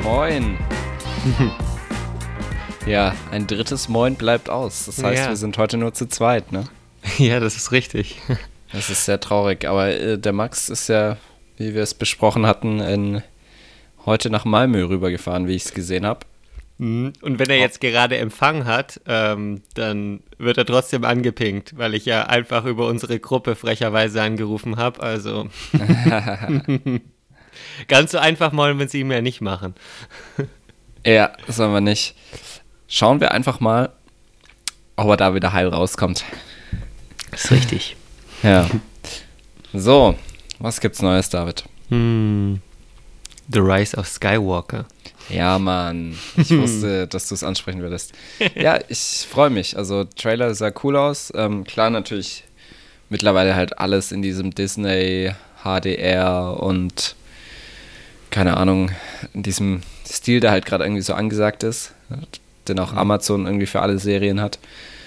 Moin. Ja, ein drittes Moin bleibt aus. Das heißt, wir sind heute nur zu zweit, ne? Ja, das ist richtig. Das ist sehr traurig, aber der Max ist ja, wie wir es besprochen hatten, heute nach Malmö rübergefahren, wie ich es gesehen habe. Und wenn er jetzt gerade Empfang hat, dann wird er trotzdem angepinkt, weil ich ja einfach über unsere Gruppe frecherweise angerufen habe. Also ganz so einfach wollen wir es ihm ja nicht machen. Ja, sollen wir nicht. Schauen wir einfach mal, ob er da wieder heil rauskommt. Das ist richtig. Ja. So, was gibt's Neues, David? The Rise of Skywalker. Ja, Mann. Ich wusste, dass du es ansprechen würdest. Ja, ich freue mich. Also, Trailer sah cool aus. Klar, natürlich mittlerweile halt alles in diesem Disney, HDR und keine Ahnung, in diesem Stil, der halt gerade irgendwie so angesagt ist, den auch Amazon irgendwie für alle Serien hat.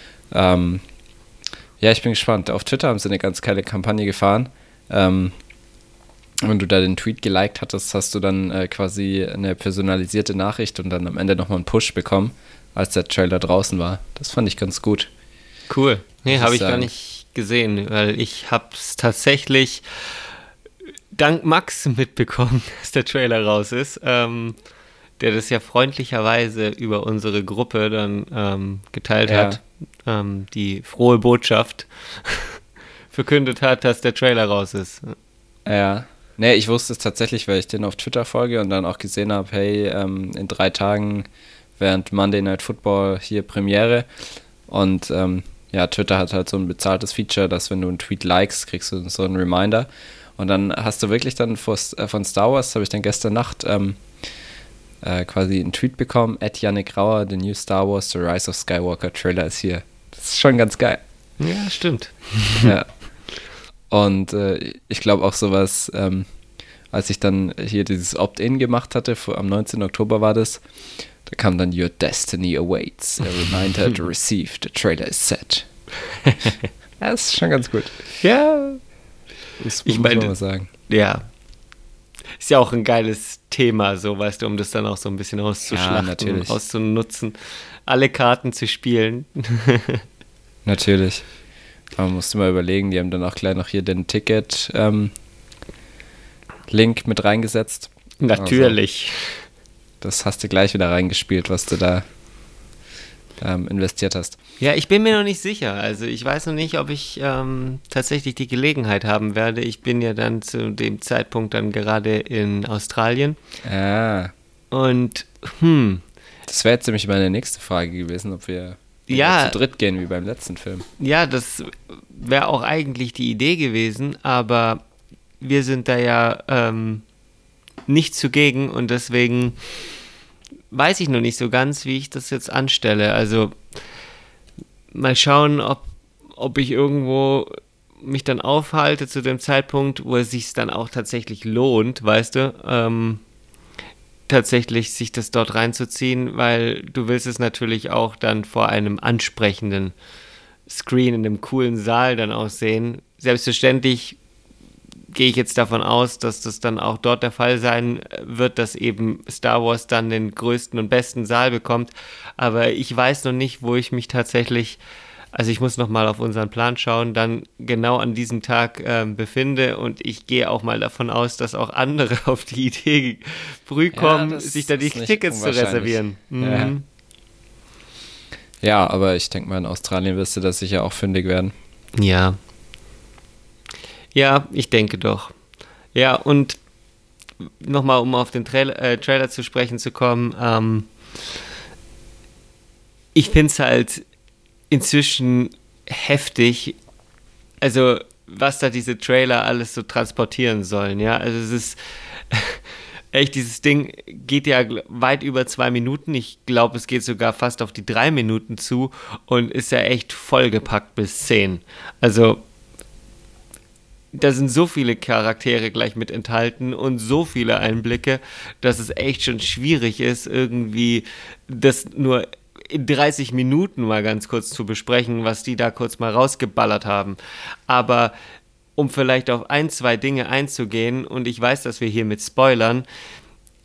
Ja, ich bin gespannt. Auf Twitter haben sie eine ganz geile Kampagne gefahren. Wenn du da den Tweet geliked hattest, hast du dann quasi eine personalisierte Nachricht und dann am Ende nochmal einen Push bekommen, als der Trailer draußen war. Das fand ich ganz gut. Cool. Nee, habe ich gar nicht gesehen, weil ich habe es tatsächlich dank Max mitbekommen, dass der Trailer raus ist, der das ja freundlicherweise über unsere Gruppe dann geteilt hat, die frohe Botschaft verkündet hat, dass der Trailer raus ist. Ja. Nee, ich wusste es tatsächlich, weil ich den auf Twitter folge und dann auch gesehen habe, hey, in 3 Tagen während Monday Night Football hier Premiere. Und Twitter hat halt so ein bezahltes Feature, dass wenn du einen Tweet likest, kriegst du so einen Reminder. Und dann hast du wirklich dann von Star Wars, habe ich dann gestern Nacht quasi einen Tweet bekommen, @Yannick Rauer, the new Star Wars, The Rise of Skywalker Trailer ist hier. Das ist schon ganz geil. Ja, stimmt. Ja. Und ich glaube auch sowas, als ich dann hier dieses Opt-in gemacht hatte, am 19. Oktober war das, da kam dann Your Destiny awaits, a reminder to receive, the trailer is set. Das ist schon ganz gut. Ja. Das muss man mal sagen. Ja. Ist ja auch ein geiles Thema, so, weißt du, um das dann auch so ein bisschen auszuschlachten, auszunutzen, alle Karten zu spielen. Natürlich. Man musste mal überlegen, die haben dann auch gleich noch hier den Ticket-Link mit reingesetzt. Natürlich. Also, das hast du gleich wieder reingespielt, was du da investiert hast. Ja, ich bin mir noch nicht sicher. Also ich weiß noch nicht, ob ich tatsächlich die Gelegenheit haben werde. Ich bin ja dann zu dem Zeitpunkt dann gerade in Australien. Ah. Und, Das wäre jetzt nämlich meine nächste Frage gewesen, ob wir zu dritt gehen, wie beim letzten Film. Ja, das wäre auch eigentlich die Idee gewesen, aber wir sind da ja nicht zugegen und deswegen weiß ich noch nicht so ganz, wie ich das jetzt anstelle. Also mal schauen, ob ich irgendwo mich dann aufhalte zu dem Zeitpunkt, wo es sich dann auch tatsächlich lohnt, weißt du, tatsächlich sich das dort reinzuziehen, weil du willst es natürlich auch dann vor einem ansprechenden Screen in einem coolen Saal dann auch sehen. Selbstverständlich gehe ich jetzt davon aus, dass das dann auch dort der Fall sein wird, dass eben Star Wars dann den größten und besten Saal bekommt, aber ich weiß noch nicht, wo ich mich tatsächlich, also ich muss nochmal auf unseren Plan schauen, dann genau an diesem Tag befinde und ich gehe auch mal davon aus, dass auch andere auf die Idee früh kommen, sich da die Tickets zu reservieren. Mhm. Ja, aber ich denke mal, in Australien wirst du da sicher auch fündig werden. Ja. Ja, ich denke doch. Ja, und nochmal, um auf den Trailer zu sprechen zu kommen, ich finde es halt inzwischen heftig, also was da diese Trailer alles so transportieren sollen, ja, also es ist echt, dieses Ding geht ja weit über 2 Minuten, ich glaube, es geht sogar fast auf die 3 Minuten zu und ist ja echt vollgepackt bis 10, also da sind so viele Charaktere gleich mit enthalten und so viele Einblicke, dass es echt schon schwierig ist, irgendwie das nur in 30 Minuten mal ganz kurz zu besprechen, was die da kurz mal rausgeballert haben. Aber um vielleicht auf 1, 2 Dinge einzugehen, und ich weiß, dass wir hier mit Spoilern,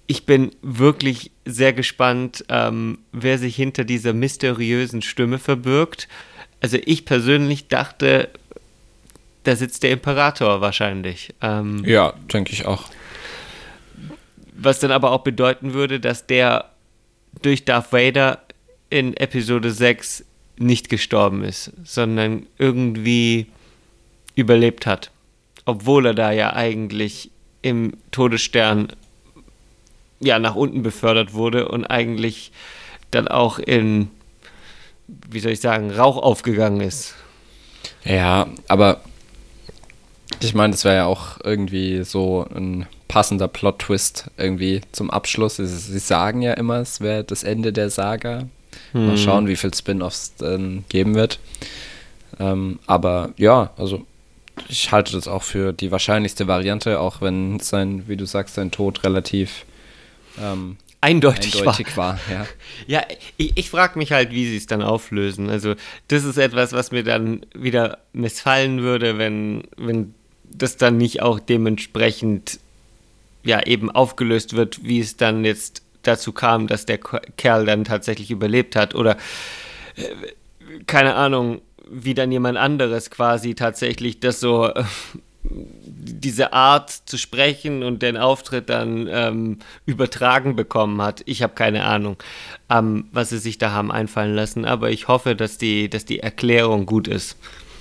ich bin wirklich sehr gespannt, wer sich hinter dieser mysteriösen Stimme verbirgt. Also ich persönlich dachte, da sitzt der Imperator wahrscheinlich. Ja, denke ich auch. Was dann aber auch bedeuten würde, dass der durch Darth Vader in Episode 6 nicht gestorben ist, sondern irgendwie überlebt hat. Obwohl er da ja eigentlich im Todesstern ja nach unten befördert wurde und eigentlich dann auch in, wie soll ich sagen, Rauch aufgegangen ist. Ja, aber ich meine, das wäre ja auch irgendwie so ein passender Plot-Twist irgendwie zum Abschluss. Sie sagen ja immer, es wäre das Ende der Saga. Mal schauen, wie viel Spin-Offs geben wird. Aber ja, also ich halte das auch für die wahrscheinlichste Variante, auch wenn wie du sagst, sein Tod relativ eindeutig war. Ja, ja, ich frage mich halt, wie sie es dann auflösen. Also das ist etwas, was mir dann wieder missfallen würde, wenn das dann nicht auch dementsprechend ja eben aufgelöst wird, wie es dann jetzt dazu kam, dass der Kerl dann tatsächlich überlebt hat oder keine Ahnung, wie dann jemand anderes quasi tatsächlich das so diese Art zu sprechen und den Auftritt dann übertragen bekommen hat. Ich habe keine Ahnung, was sie sich da haben einfallen lassen, aber ich hoffe, dass die Erklärung gut ist.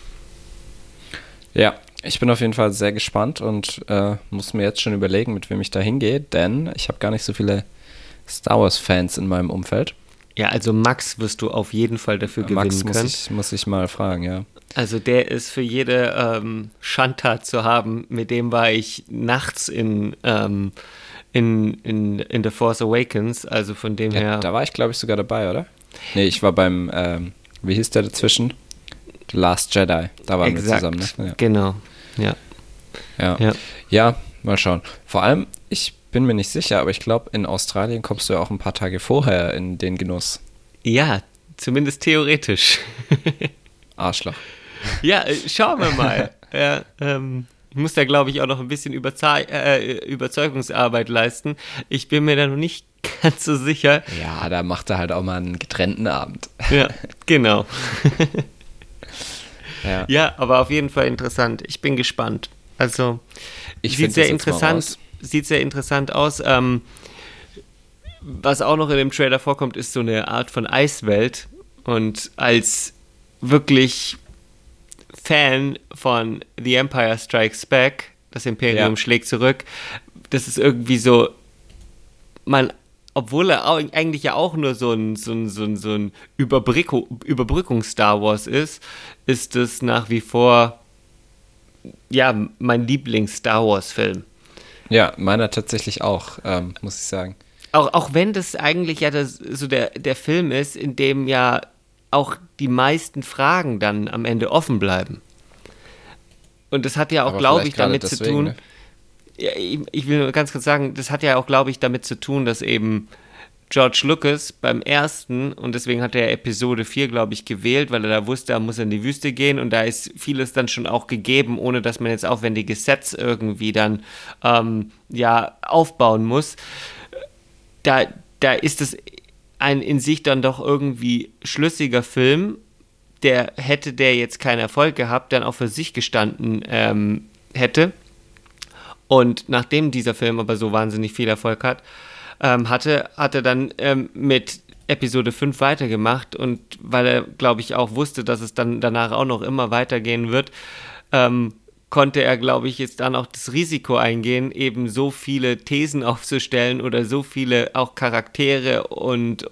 Ja, ich bin auf jeden Fall sehr gespannt und muss mir jetzt schon überlegen, mit wem ich da hingehe, denn ich habe gar nicht so viele Star Wars-Fans in meinem Umfeld. Ja, also Max wirst du auf jeden Fall dafür gewinnen können. Max muss ich mal fragen, ja. Also der ist für jede Schandtat zu haben. Mit dem war ich nachts in The Force Awakens, also von dem her... Da war ich, glaube ich, sogar dabei, oder? Nee, ich war beim, wie hieß der dazwischen? The Last Jedi, da waren wir zusammen, ne? Ja. Genau, ja. Ja, mal schauen. Vor allem, ich bin mir nicht sicher, aber ich glaube, in Australien kommst du ja auch ein paar Tage vorher in den Genuss. Ja, zumindest theoretisch. Arschloch. Ja, schauen wir mal. Ja, ich muss da, glaube ich, auch noch ein bisschen Überzeugungsarbeit leisten. Ich bin mir da noch nicht ganz so sicher. Ja, da macht er halt auch mal einen getrennten Abend. Ja, genau. Ja. Ja, aber auf jeden Fall interessant. Ich bin gespannt. Also, sieht sehr interessant aus. Was auch noch in dem Trailer vorkommt, ist so eine Art von Eiswelt. Und als wirklich Fan von The Empire Strikes Back, das Imperium schlägt zurück, das ist irgendwie so, obwohl er eigentlich ja auch nur so ein Überbrückungs-Star Wars ist es nach wie vor ja mein Lieblings-Star Wars-Film. Ja, meiner tatsächlich auch, muss ich sagen. Auch wenn das eigentlich ja der Film ist, in dem ja auch die meisten Fragen dann am Ende offen bleiben. Und das hat ja auch, glaube ich, damit zu tun, ne? Ja, ich will nur ganz kurz sagen, das hat ja auch, glaube ich, damit zu tun, dass eben George Lucas beim ersten, und deswegen hat er Episode 4, glaube ich, gewählt, weil er da wusste, er muss in die Wüste gehen und da ist vieles dann schon auch gegeben, ohne dass man jetzt aufwendige Sets irgendwie dann aufbauen muss. Da ist es ein in sich dann doch irgendwie schlüssiger Film, der jetzt keinen Erfolg gehabt, dann auch für sich gestanden hätte. Und nachdem dieser Film aber so wahnsinnig viel Erfolg hat er dann mit Episode 5 weitergemacht und weil er, glaube ich, auch wusste, dass es dann danach auch noch immer weitergehen wird, konnte er, glaube ich, jetzt dann auch das Risiko eingehen, eben so viele Thesen aufzustellen oder so viele auch Charaktere und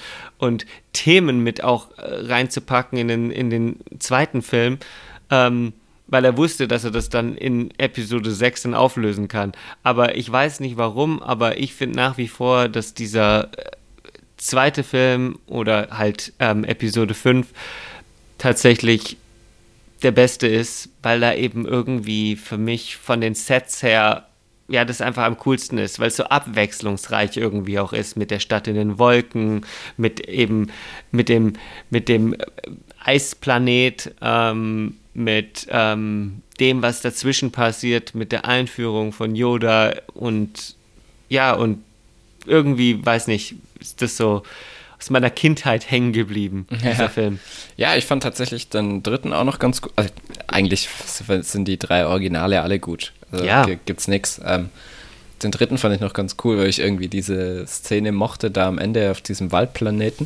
Themen mit auch reinzupacken in den zweiten Film, weil er wusste, dass er das dann in Episode 6 dann auflösen kann. Aber ich weiß nicht warum, aber ich finde nach wie vor, dass dieser zweite Film oder halt Episode 5 tatsächlich der beste ist, weil da eben irgendwie für mich von den Sets her ja das einfach am coolsten ist, weil es so abwechslungsreich irgendwie auch ist mit der Stadt in den Wolken, mit dem Eisplanet, mit dem, was dazwischen passiert, mit der Einführung von Yoda und irgendwie, weiß nicht, ist das so aus meiner Kindheit hängen geblieben, dieser Film. Ja, ich fand tatsächlich den dritten auch noch ganz gut. Also, eigentlich sind die 3 Originale alle gut. Also gibt's nix. Den dritten fand ich noch ganz cool, weil ich irgendwie diese Szene mochte, da am Ende auf diesem Waldplaneten.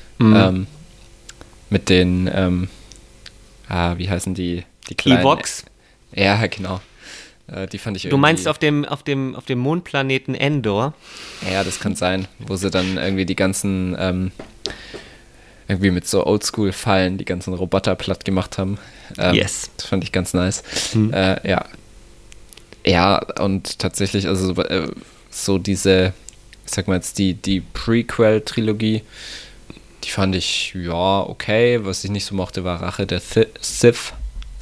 Mit den, wie heißen die kleinen? Ewoks? Ja, genau. Die fand ich irgendwie... Du meinst auf dem Mondplaneten Endor? Ja, das kann sein, wo sie dann irgendwie die ganzen, irgendwie mit so Oldschool-Fallen die ganzen Roboter platt gemacht haben. Yes. Das fand ich ganz nice. Ja. Ja, und tatsächlich, also so diese, ich sag mal jetzt die Prequel-Trilogie, die fand ich, ja, okay. Was ich nicht so mochte, war Rache der Sith.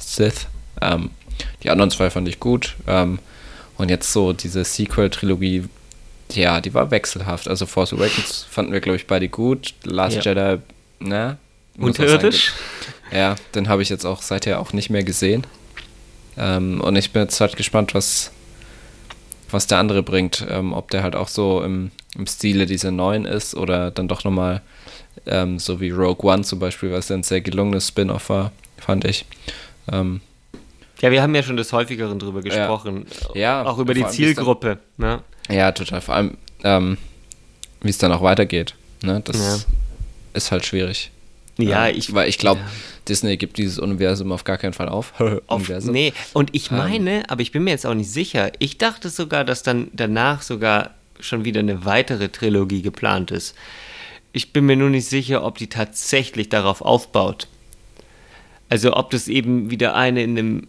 Die anderen 2 fand ich gut. Und jetzt so diese Sequel-Trilogie, ja, die war wechselhaft. Also Force Awakens fanden wir, glaube ich, beide gut. Last Jedi, ne? Unterirdisch? Ja, den habe ich jetzt auch seither auch nicht mehr gesehen. Und ich bin jetzt halt gespannt, was der andere bringt. Ob der halt auch so im Stile dieser neuen ist oder dann doch nochmal so wie Rogue One zum Beispiel, was ja ein sehr gelungenes Spin-off war, fand ich. Ja, wir haben ja schon des Häufigeren drüber gesprochen. Ja, auch über die Zielgruppe. Ne? Ja, total. Vor allem, wie es dann auch weitergeht. Ne? Das ist halt schwierig. Ja, weil ich glaube, Disney gibt dieses Universum auf gar keinen Fall auf. Nee, und ich meine, aber ich bin mir jetzt auch nicht sicher, ich dachte sogar, dass dann danach sogar schon wieder eine weitere Trilogie geplant ist. Ich bin mir nur nicht sicher, ob die tatsächlich darauf aufbaut. Also ob das eben wieder eine in einem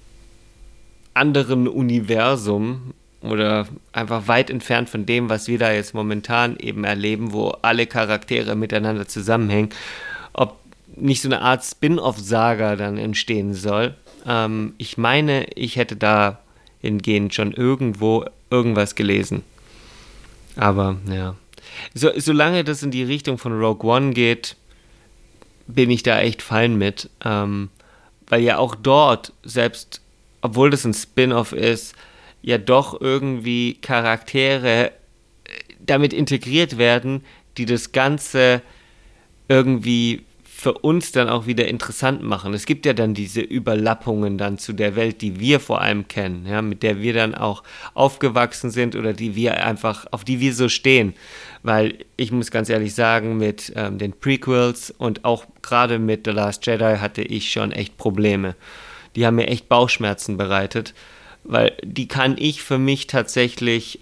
anderen Universum oder einfach weit entfernt von dem, was wir da jetzt momentan eben erleben, wo alle Charaktere miteinander zusammenhängen, ob nicht so eine Art Spin-off-Saga dann entstehen soll. Ich meine, ich hätte dahingehend schon irgendwo irgendwas gelesen. Aber ja, solange das in die Richtung von Rogue One geht, bin ich da echt fein mit. Weil ja auch dort, selbst obwohl das ein Spin-off ist, ja doch irgendwie Charaktere damit integriert werden, die das Ganze irgendwie für uns dann auch wieder interessant machen. Es gibt ja dann diese Überlappungen dann zu der Welt, die wir vor allem kennen, ja, mit der wir dann auch aufgewachsen sind oder die wir einfach, auf die wir so stehen. Weil ich muss ganz ehrlich sagen, mit den Prequels und auch gerade mit The Last Jedi hatte ich schon echt Probleme. Die haben mir echt Bauchschmerzen bereitet, weil die kann ich für mich tatsächlich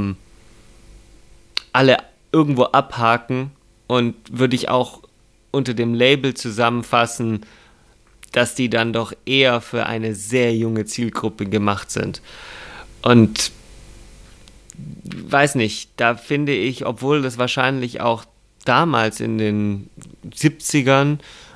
alle irgendwo abhaken und würde ich auch unter dem Label zusammenfassen, dass die dann doch eher für eine sehr junge Zielgruppe gemacht sind. Und weiß nicht, da finde ich, obwohl das wahrscheinlich auch damals in den 70ern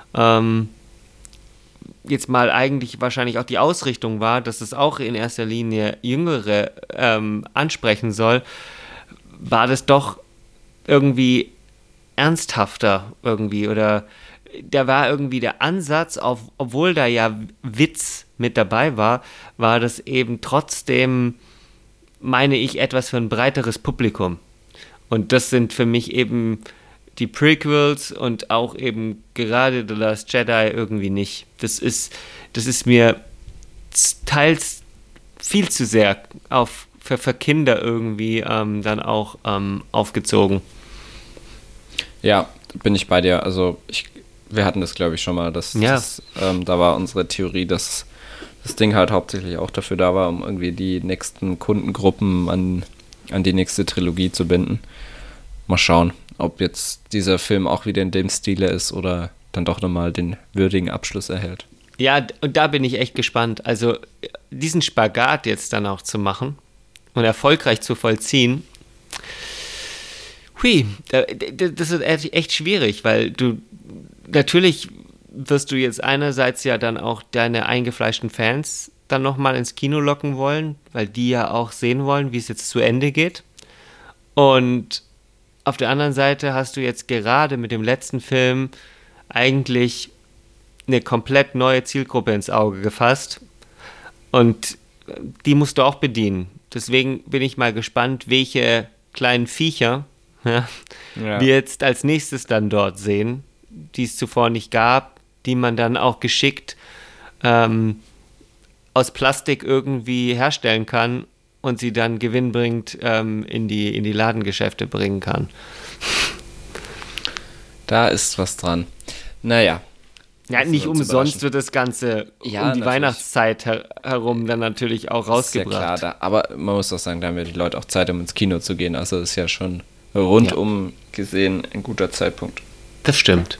jetzt mal eigentlich wahrscheinlich auch die Ausrichtung war, dass es auch in erster Linie Jüngere ansprechen soll, war das doch irgendwie ernsthafter irgendwie oder da war irgendwie der Ansatz, obwohl da ja Witz mit dabei war das eben trotzdem, meine ich, etwas für ein breiteres Publikum. Und das sind für mich eben die Prequels und auch eben gerade The Last Jedi irgendwie nicht. Das ist mir teils viel zu sehr für Kinder irgendwie dann auch aufgezogen. Ja, bin ich bei dir. Also wir hatten das, glaube ich, schon mal. Da war unsere Theorie, dass das Ding halt hauptsächlich auch dafür da war, um irgendwie die nächsten Kundengruppen an die nächste Trilogie zu binden. Mal schauen, ob jetzt dieser Film auch wieder in dem Stile ist oder dann doch nochmal den würdigen Abschluss erhält. Ja, und da bin ich echt gespannt. Also diesen Spagat jetzt dann auch zu machen und erfolgreich zu vollziehen, das ist echt schwierig, weil natürlich wirst du jetzt einerseits ja dann auch deine eingefleischten Fans dann nochmal ins Kino locken wollen, weil die ja auch sehen wollen, wie es jetzt zu Ende geht. Und auf der anderen Seite hast du jetzt gerade mit dem letzten Film eigentlich eine komplett neue Zielgruppe ins Auge gefasst und die musst du auch bedienen. Deswegen bin ich mal gespannt, welche kleinen Viecher, ja, wir jetzt als nächstes dann dort sehen, die es zuvor nicht gab, die man dann auch geschickt aus Plastik irgendwie herstellen kann und sie dann gewinnbringend in die Ladengeschäfte bringen kann. Da ist was dran. Naja. Ja, nicht umsonst wird das Ganze um die natürlich. Weihnachtszeit herum dann natürlich auch rausgebracht. Ist ja klar, aber man muss auch sagen, da haben ja die Leute auch Zeit, um ins Kino zu gehen. Also ist ja schon rundum gesehen ein guter Zeitpunkt. Das stimmt.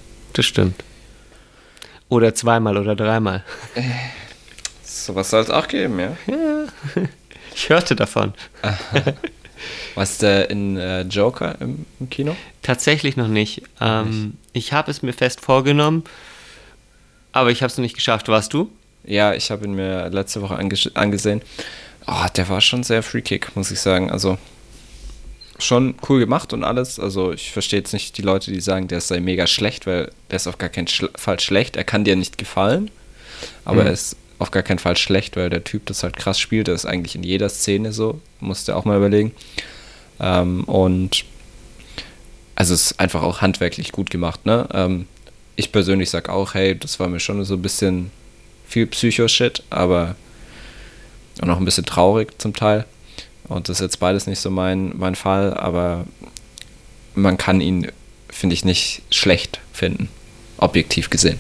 Oder zweimal oder dreimal. Sowas soll es auch geben, ja? Ja, ich hörte davon. Was der in Joker im Kino? Tatsächlich noch nicht. Ich habe es mir fest vorgenommen, aber ich habe es noch nicht geschafft. Warst du? Ja, ich habe ihn mir letzte Woche angesehen. Oh, der war schon sehr Freakick, muss ich sagen. Also schon cool gemacht und alles. Also ich verstehe jetzt nicht die Leute, die sagen, der sei mega schlecht, weil der ist auf gar keinen Fall schlecht. Er kann dir nicht gefallen, aber er ist auf gar keinen Fall schlecht, weil der Typ das halt krass spielt. Der ist eigentlich in jeder Szene so. Musst du auch mal überlegen. Und also es ist einfach auch handwerklich gut gemacht, ne? Ich persönlich sag auch, hey, das war mir schon so ein bisschen viel Psycho-Shit, aber auch noch ein bisschen traurig zum Teil. Und das ist jetzt beides nicht so mein Fall, aber man kann ihn, finde ich, nicht schlecht finden, objektiv gesehen.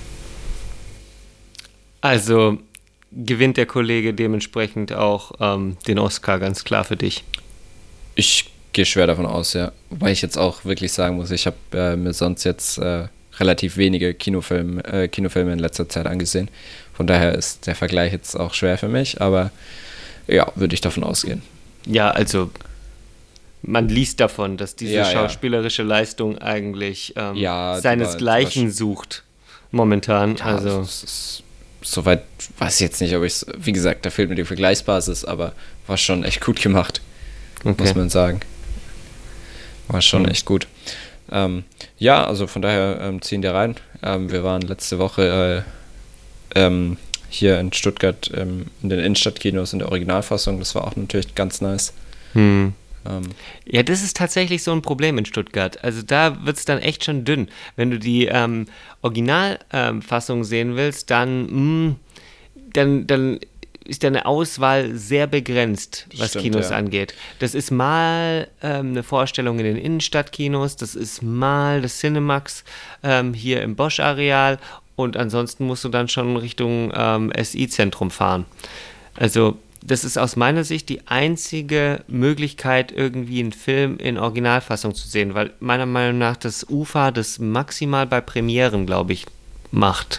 Also gewinnt der Kollege dementsprechend auch den Oscar ganz klar für dich. Ich gehe schwer davon aus, ja. Wobei ich jetzt auch wirklich sagen muss, ich habe mir sonst jetzt relativ wenige Kinofilme in letzter Zeit angesehen. Von daher ist der Vergleich jetzt auch schwer für mich, aber ja, würde ich davon ausgehen. Ja, also man liest davon, dass diese schauspielerische Leistung eigentlich seinesgleichen sucht momentan. Ja, also soweit weiß ich jetzt nicht, ob ich es, wie gesagt, da fehlt mir die Vergleichsbasis, aber war schon echt gut gemacht, muss man sagen. War schon echt gut. Ja, also von daher ziehen wir rein. Wir waren letzte Woche hier in Stuttgart in den Innenstadtkinos in der Originalfassung. Das war auch natürlich ganz nice. Ja, das ist tatsächlich so ein Problem in Stuttgart. Also da wird es dann echt schon dünn. Wenn du die Originalfassung sehen willst, dann ist deine Auswahl sehr begrenzt, was Kinos angeht. Das ist mal eine Vorstellung in den Innenstadtkinos, das ist mal das Cinemax hier im Bosch-Areal und ansonsten musst du dann schon Richtung SI-Zentrum fahren. Also das ist aus meiner Sicht die einzige Möglichkeit, irgendwie einen Film in Originalfassung zu sehen, weil meiner Meinung nach das UFA das maximal bei Premieren, glaube ich, macht.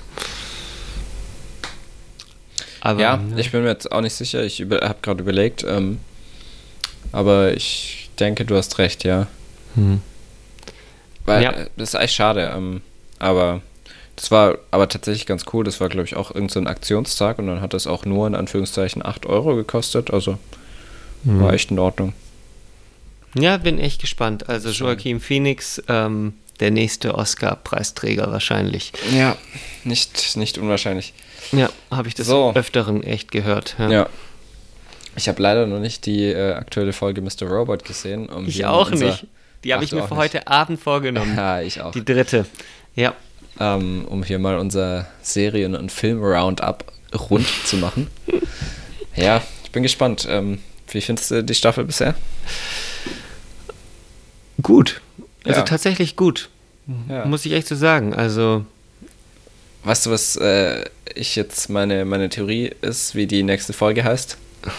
Aber, ja, ich bin mir jetzt auch nicht sicher. Ich habe gerade überlegt, aber ich denke, du hast recht, ja. Weil das ist eigentlich schade, aber das war aber tatsächlich ganz cool. Das war, glaube ich, auch irgend so ein Aktionstag und dann hat das auch nur in Anführungszeichen 8 Euro gekostet. Also war echt in Ordnung. Ja, bin echt gespannt. Also Joaquin Phoenix, der nächste Oscar-Preisträger wahrscheinlich. Ja, nicht unwahrscheinlich. Ja, habe ich das Öfteren echt gehört. Ja. Ich habe leider noch nicht die aktuelle Folge Mr. Robot gesehen. Ich auch nicht. Die habe ich mir für heute Abend vorgenommen. Ja, ich auch. Die dritte. Ja. Um hier mal unser Serien- und Film-Roundup rund zu machen. Ja, ich bin gespannt. Wie findest du die Staffel bisher? Gut. Also tatsächlich gut. Ja. Muss ich echt so sagen. Also weißt du, was ich jetzt meine Theorie ist, wie die nächste Folge heißt?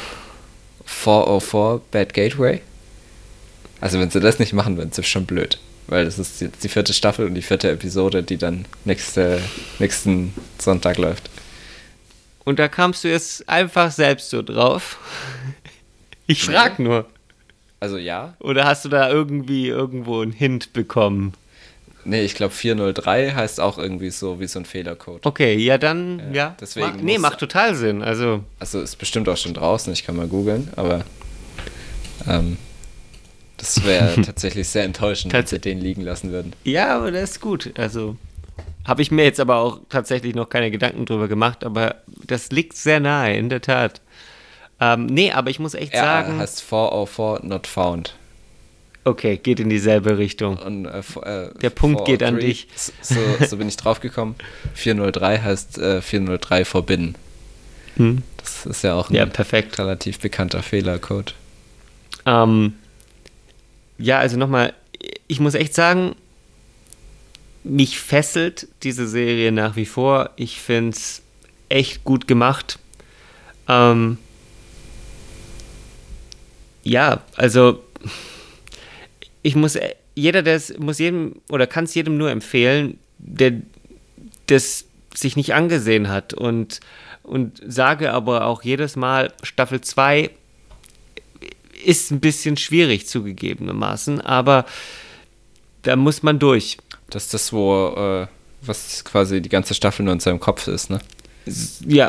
404 Bad Gateway. Also wenn sie das nicht machen, dann ist es schon blöd. Weil das ist jetzt die 4. Staffel und die 4. Episode, die dann nächsten Sonntag läuft. Und da kamst du jetzt einfach selbst so drauf? Ich frag nur. Also ja. Oder hast du da irgendwo einen Hint bekommen? Nee, ich glaube 403 heißt auch irgendwie so wie so ein Fehlercode. Okay, ja dann, ja. Deswegen macht total Sinn. Also ist bestimmt auch schon draußen, ich kann mal googeln, aber das wäre tatsächlich sehr enttäuschend, wenn sie den liegen lassen würden. Ja, aber das ist gut. Also habe ich mir jetzt aber auch tatsächlich noch keine Gedanken drüber gemacht, aber das liegt sehr nahe, in der Tat. Nee, aber ich muss echt sagen... heißt 404 Not Found. Okay, geht in dieselbe Richtung. Und, der Punkt geht an dich. So bin ich drauf gekommen. 403 heißt 403 verbinden. Das ist ja auch ein perfekt. relativ bekannter Fehlercode. Ja, also nochmal, ich muss echt sagen, mich fesselt diese Serie nach wie vor. Ich finde es echt gut gemacht. Ja, also kann es jedem nur empfehlen, der das sich nicht angesehen hat und sage aber auch jedes Mal, Staffel 2 ist ein bisschen schwierig zugegebenermaßen, aber da muss man durch. Das ist das, was quasi die ganze Staffel nur in seinem Kopf ist, ne? Ja.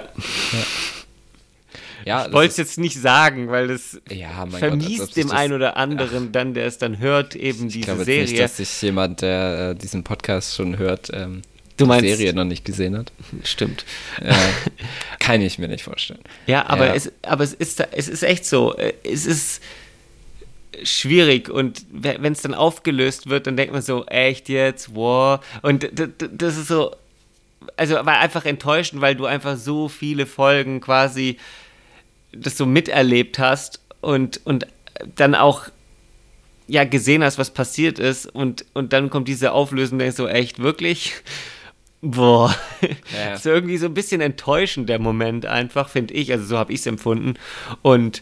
Ja, ich wollte es jetzt nicht sagen, weil das vermisst Gott, dem einen oder anderen dann, der es dann hört, eben diese glaube Serie. Ich glaube nicht, dass sich jemand, der diesen Podcast schon hört, die Serie noch nicht gesehen hat. Stimmt. Kann ich mir nicht vorstellen. Ja, aber es ist echt so. Es ist schwierig und wenn es dann aufgelöst wird, dann denkt man so, echt jetzt, wow. Und das ist so, also war einfach enttäuschend, weil du einfach so viele Folgen quasi das so miterlebt hast und dann auch ja gesehen hast, was passiert ist und dann kommt diese Auflösung und denkst so, echt, wirklich? Boah. Ja. So irgendwie so ein bisschen enttäuschend der Moment einfach, finde ich, also so habe ich es empfunden und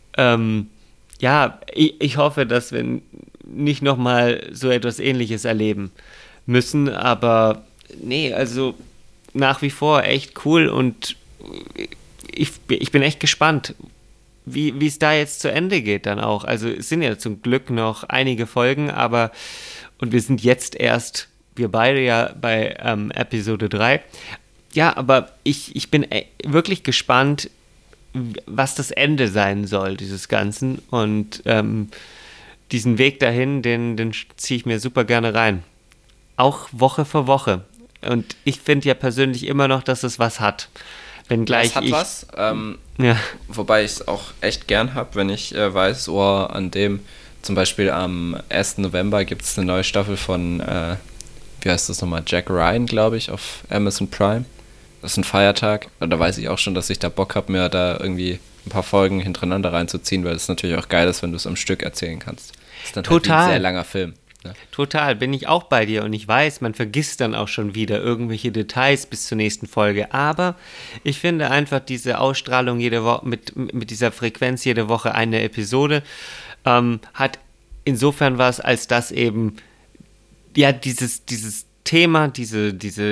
ja, ich hoffe, dass wir nicht nochmal so etwas Ähnliches erleben müssen, aber nee, also nach wie vor echt cool und ich bin echt gespannt, wie es da jetzt zu Ende geht dann auch. Also es sind ja zum Glück noch einige Folgen, und wir sind jetzt erst, wir beide ja bei Episode 3. Ja, aber ich bin wirklich gespannt, was das Ende sein soll, dieses Ganzen. Und diesen Weg dahin, den ziehe ich mir super gerne rein. Auch Woche für Woche. Und ich finde ja persönlich immer noch, dass es was hat. Wenngleich das hat was. Ja. Wobei ich es auch echt gern habe, wenn ich weiß, an dem, zum Beispiel am 1. November gibt es eine neue Staffel von, wie heißt das nochmal, Jack Ryan, glaube ich, auf Amazon Prime. Das ist ein Feiertag. Und da weiß ich auch schon, dass ich da Bock habe, mir da irgendwie ein paar Folgen hintereinander reinzuziehen, weil es natürlich auch geil ist, wenn du es am Stück erzählen kannst. Das ist dann halt ein sehr langer Film. Ne? Total, bin ich auch bei dir und ich weiß, man vergisst dann auch schon wieder irgendwelche Details bis zur nächsten Folge, aber ich finde einfach diese Ausstrahlung jede Woche mit dieser Frequenz jede Woche eine Episode hat insofern was, als dass eben ja dieses Thema, diese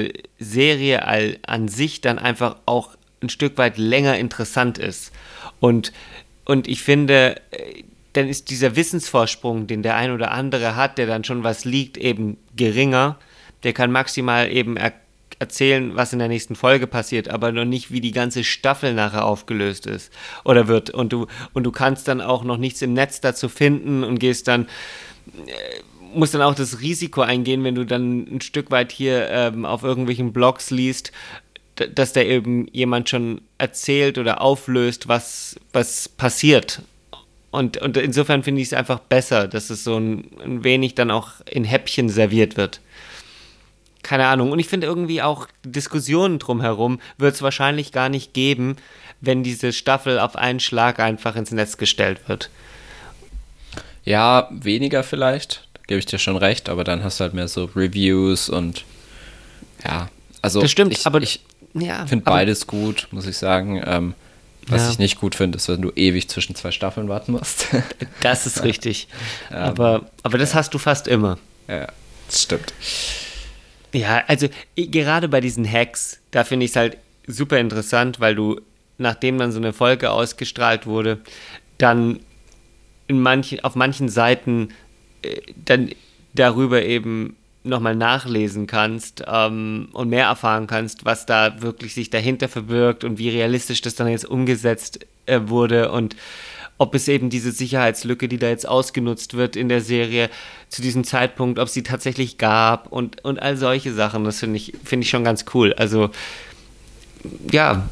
Serie an sich dann einfach auch ein Stück weit länger interessant ist und ich finde, dann ist dieser Wissensvorsprung, den der ein oder andere hat, der dann schon was liegt, eben geringer. Der kann maximal eben erzählen, was in der nächsten Folge passiert, aber noch nicht, wie die ganze Staffel nachher aufgelöst ist oder wird. Und du kannst dann auch noch nichts im Netz dazu finden und musst dann auch das Risiko eingehen, wenn du dann ein Stück weit hier auf irgendwelchen Blogs liest, dass da eben jemand schon erzählt oder auflöst, was passiert. Und insofern finde ich es einfach besser, dass es so ein wenig dann auch in Häppchen serviert wird. Keine Ahnung. Und ich finde irgendwie auch Diskussionen drumherum wird es wahrscheinlich gar nicht geben, wenn diese Staffel auf einen Schlag einfach ins Netz gestellt wird. Ja, weniger vielleicht, da gebe ich dir schon recht, aber dann hast du halt mehr so Reviews und ja, also das stimmt, ich finde beides gut, muss ich sagen. Was ich nicht gut finde, ist, wenn du ewig zwischen 2 Staffeln warten musst. Das ist richtig. Aber das hast du fast immer. Ja, das stimmt. Ja, also gerade bei diesen Hacks, da finde ich es halt super interessant, weil du, nachdem dann so eine Folge ausgestrahlt wurde, dann auf manchen Seiten dann darüber eben nochmal nachlesen kannst und mehr erfahren kannst, was da wirklich sich dahinter verbirgt und wie realistisch das dann jetzt umgesetzt wurde und ob es eben diese Sicherheitslücke, die da jetzt ausgenutzt wird in der Serie zu diesem Zeitpunkt, ob sie tatsächlich gab und all solche Sachen, das finde ich schon ganz cool. Also ja,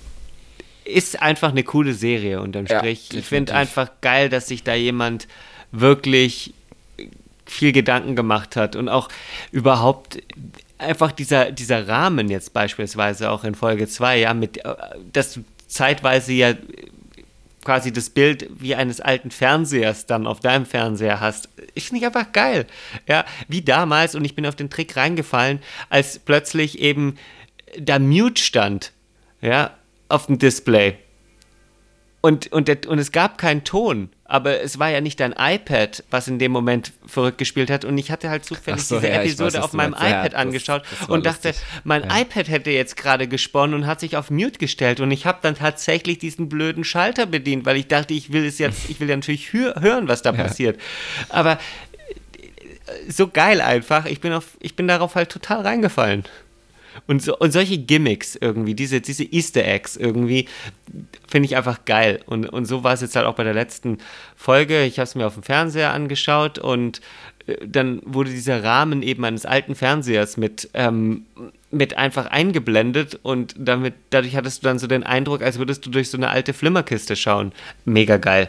ist einfach eine coole Serie unterm Strich. Ich finde einfach geil, dass sich da jemand wirklich viel Gedanken gemacht hat und auch überhaupt einfach dieser Rahmen jetzt beispielsweise auch in Folge 2, ja, dass du zeitweise ja quasi das Bild wie eines alten Fernsehers dann auf deinem Fernseher hast. Ich finde ich einfach geil. Ja, wie damals, und ich bin auf den Trick reingefallen, als plötzlich eben da Mute stand, ja, auf dem Display. Und es gab keinen Ton, aber es war ja nicht dein iPad, was in dem Moment verrückt gespielt hat. Und ich hatte halt zufällig diese Episode auf meinem iPad angeschaut und dachte, mein iPad hätte jetzt gerade gesponnen und hat sich auf Mute gestellt. Und ich habe dann tatsächlich diesen blöden Schalter bedient, weil ich dachte, ich will ja natürlich hören, was da passiert. Aber so geil einfach. Ich bin darauf halt total reingefallen. Und solche Gimmicks irgendwie, diese Easter Eggs irgendwie, finde ich einfach geil. Und so war es jetzt halt auch bei der letzten Folge. Ich habe es mir auf dem Fernseher angeschaut und dann wurde dieser Rahmen eben eines alten Fernsehers mit einfach eingeblendet und dadurch hattest du dann so den Eindruck, als würdest du durch so eine alte Flimmerkiste schauen. Mega geil.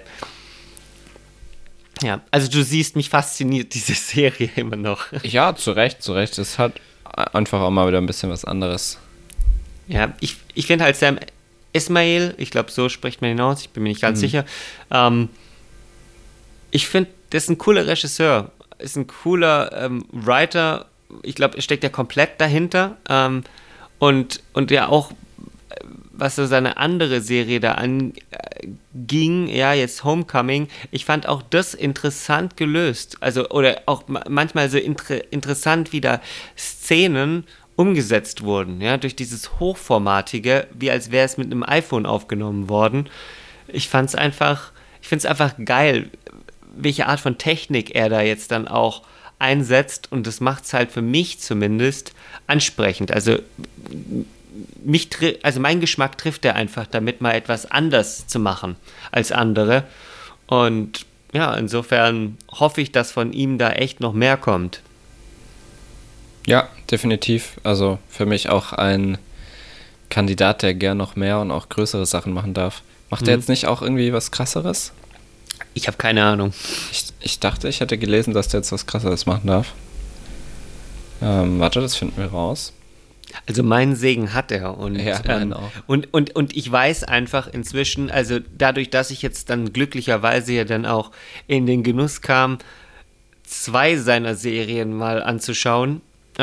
Ja, also du siehst, mich fasziniert diese Serie immer noch. Ja, zu Recht. Es hat einfach auch mal wieder ein bisschen was anderes. Ja, ich finde halt Sam Esmail, ich glaube, so spricht man ihn aus, ich bin mir nicht ganz sicher. Ich finde, der ist ein cooler Regisseur, ist ein cooler Writer. Ich glaube, er steckt ja komplett dahinter. Und ja auch, was so seine andere Serie da anging, ja, jetzt Homecoming, ich fand auch das interessant gelöst. Also, oder auch manchmal so interessant, wie da Szenen umgesetzt wurden, ja, durch dieses Hochformatige, wie als wäre es mit einem iPhone aufgenommen worden. Ich finde es einfach geil, welche Art von Technik er da jetzt dann auch einsetzt, und das macht es halt für mich zumindest ansprechend. Also mein Geschmack trifft er einfach, damit mal etwas anders zu machen als andere. Und ja, insofern hoffe ich, dass von ihm da echt noch mehr kommt. Ja, definitiv. Also für mich auch ein Kandidat, der gern noch mehr und auch größere Sachen machen darf. Macht er jetzt nicht auch irgendwie was Krasseres? Ich habe keine Ahnung. Ich dachte, ich hätte gelesen, dass der jetzt was Krasseres machen darf. Warte, das finden wir raus. Also meinen Segen hat er und, ja, auch. Und ich weiß einfach inzwischen, also dadurch, dass ich jetzt dann glücklicherweise ja dann auch in den Genuss kam, 2 seiner Serien mal anzuschauen,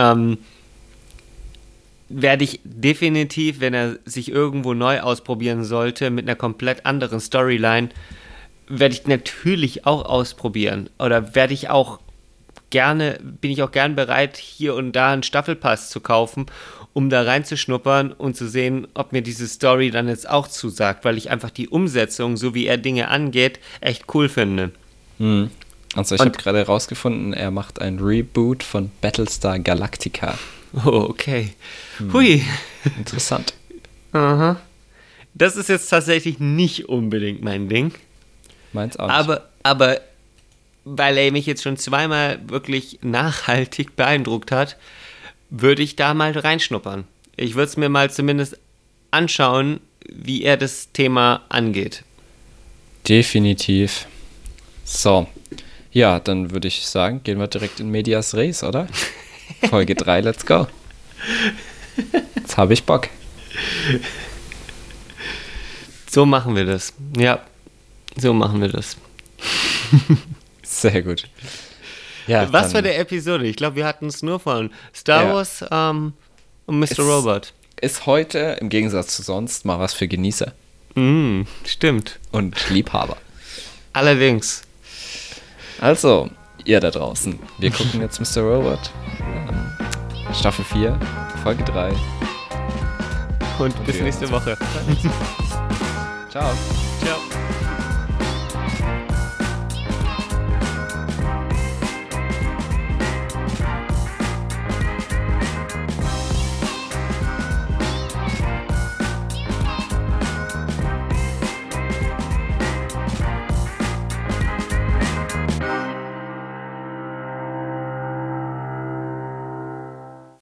werde ich definitiv, wenn er sich irgendwo neu ausprobieren sollte, mit einer komplett anderen Storyline, werde ich natürlich auch ausprobieren. Oder bin ich auch gern bereit, hier und da einen Staffelpass zu kaufen, um da reinzuschnuppern und zu sehen, ob mir diese Story dann jetzt auch zusagt, weil ich einfach die Umsetzung, so wie er Dinge angeht, echt cool finde. Also ich habe gerade rausgefunden, er macht ein Reboot von Battlestar Galactica. Oh, okay. Hui. Interessant. Aha. Das ist jetzt tatsächlich nicht unbedingt mein Ding. Meins auch nicht. Aber weil er mich jetzt schon 2-mal wirklich nachhaltig beeindruckt hat, würde ich da mal reinschnuppern. Ich würde es mir mal zumindest anschauen, wie er das Thema angeht. Definitiv. So. Ja, dann würde ich sagen, gehen wir direkt in Medias Res, oder? Folge 3, let's go. Jetzt habe ich Bock. So machen wir das. Ja, so machen wir das. Sehr gut. Ja, was für eine Episode? Ich glaube, wir hatten es nur von Star Wars und Mr. Robot. Ist heute, im Gegensatz zu sonst, mal was für Genießer. Stimmt. Und Liebhaber. Allerdings. Also, ihr da draußen, wir gucken jetzt Mr. Robot. Staffel 4, Folge 3. Und bis nächste Woche. Ciao. Ciao.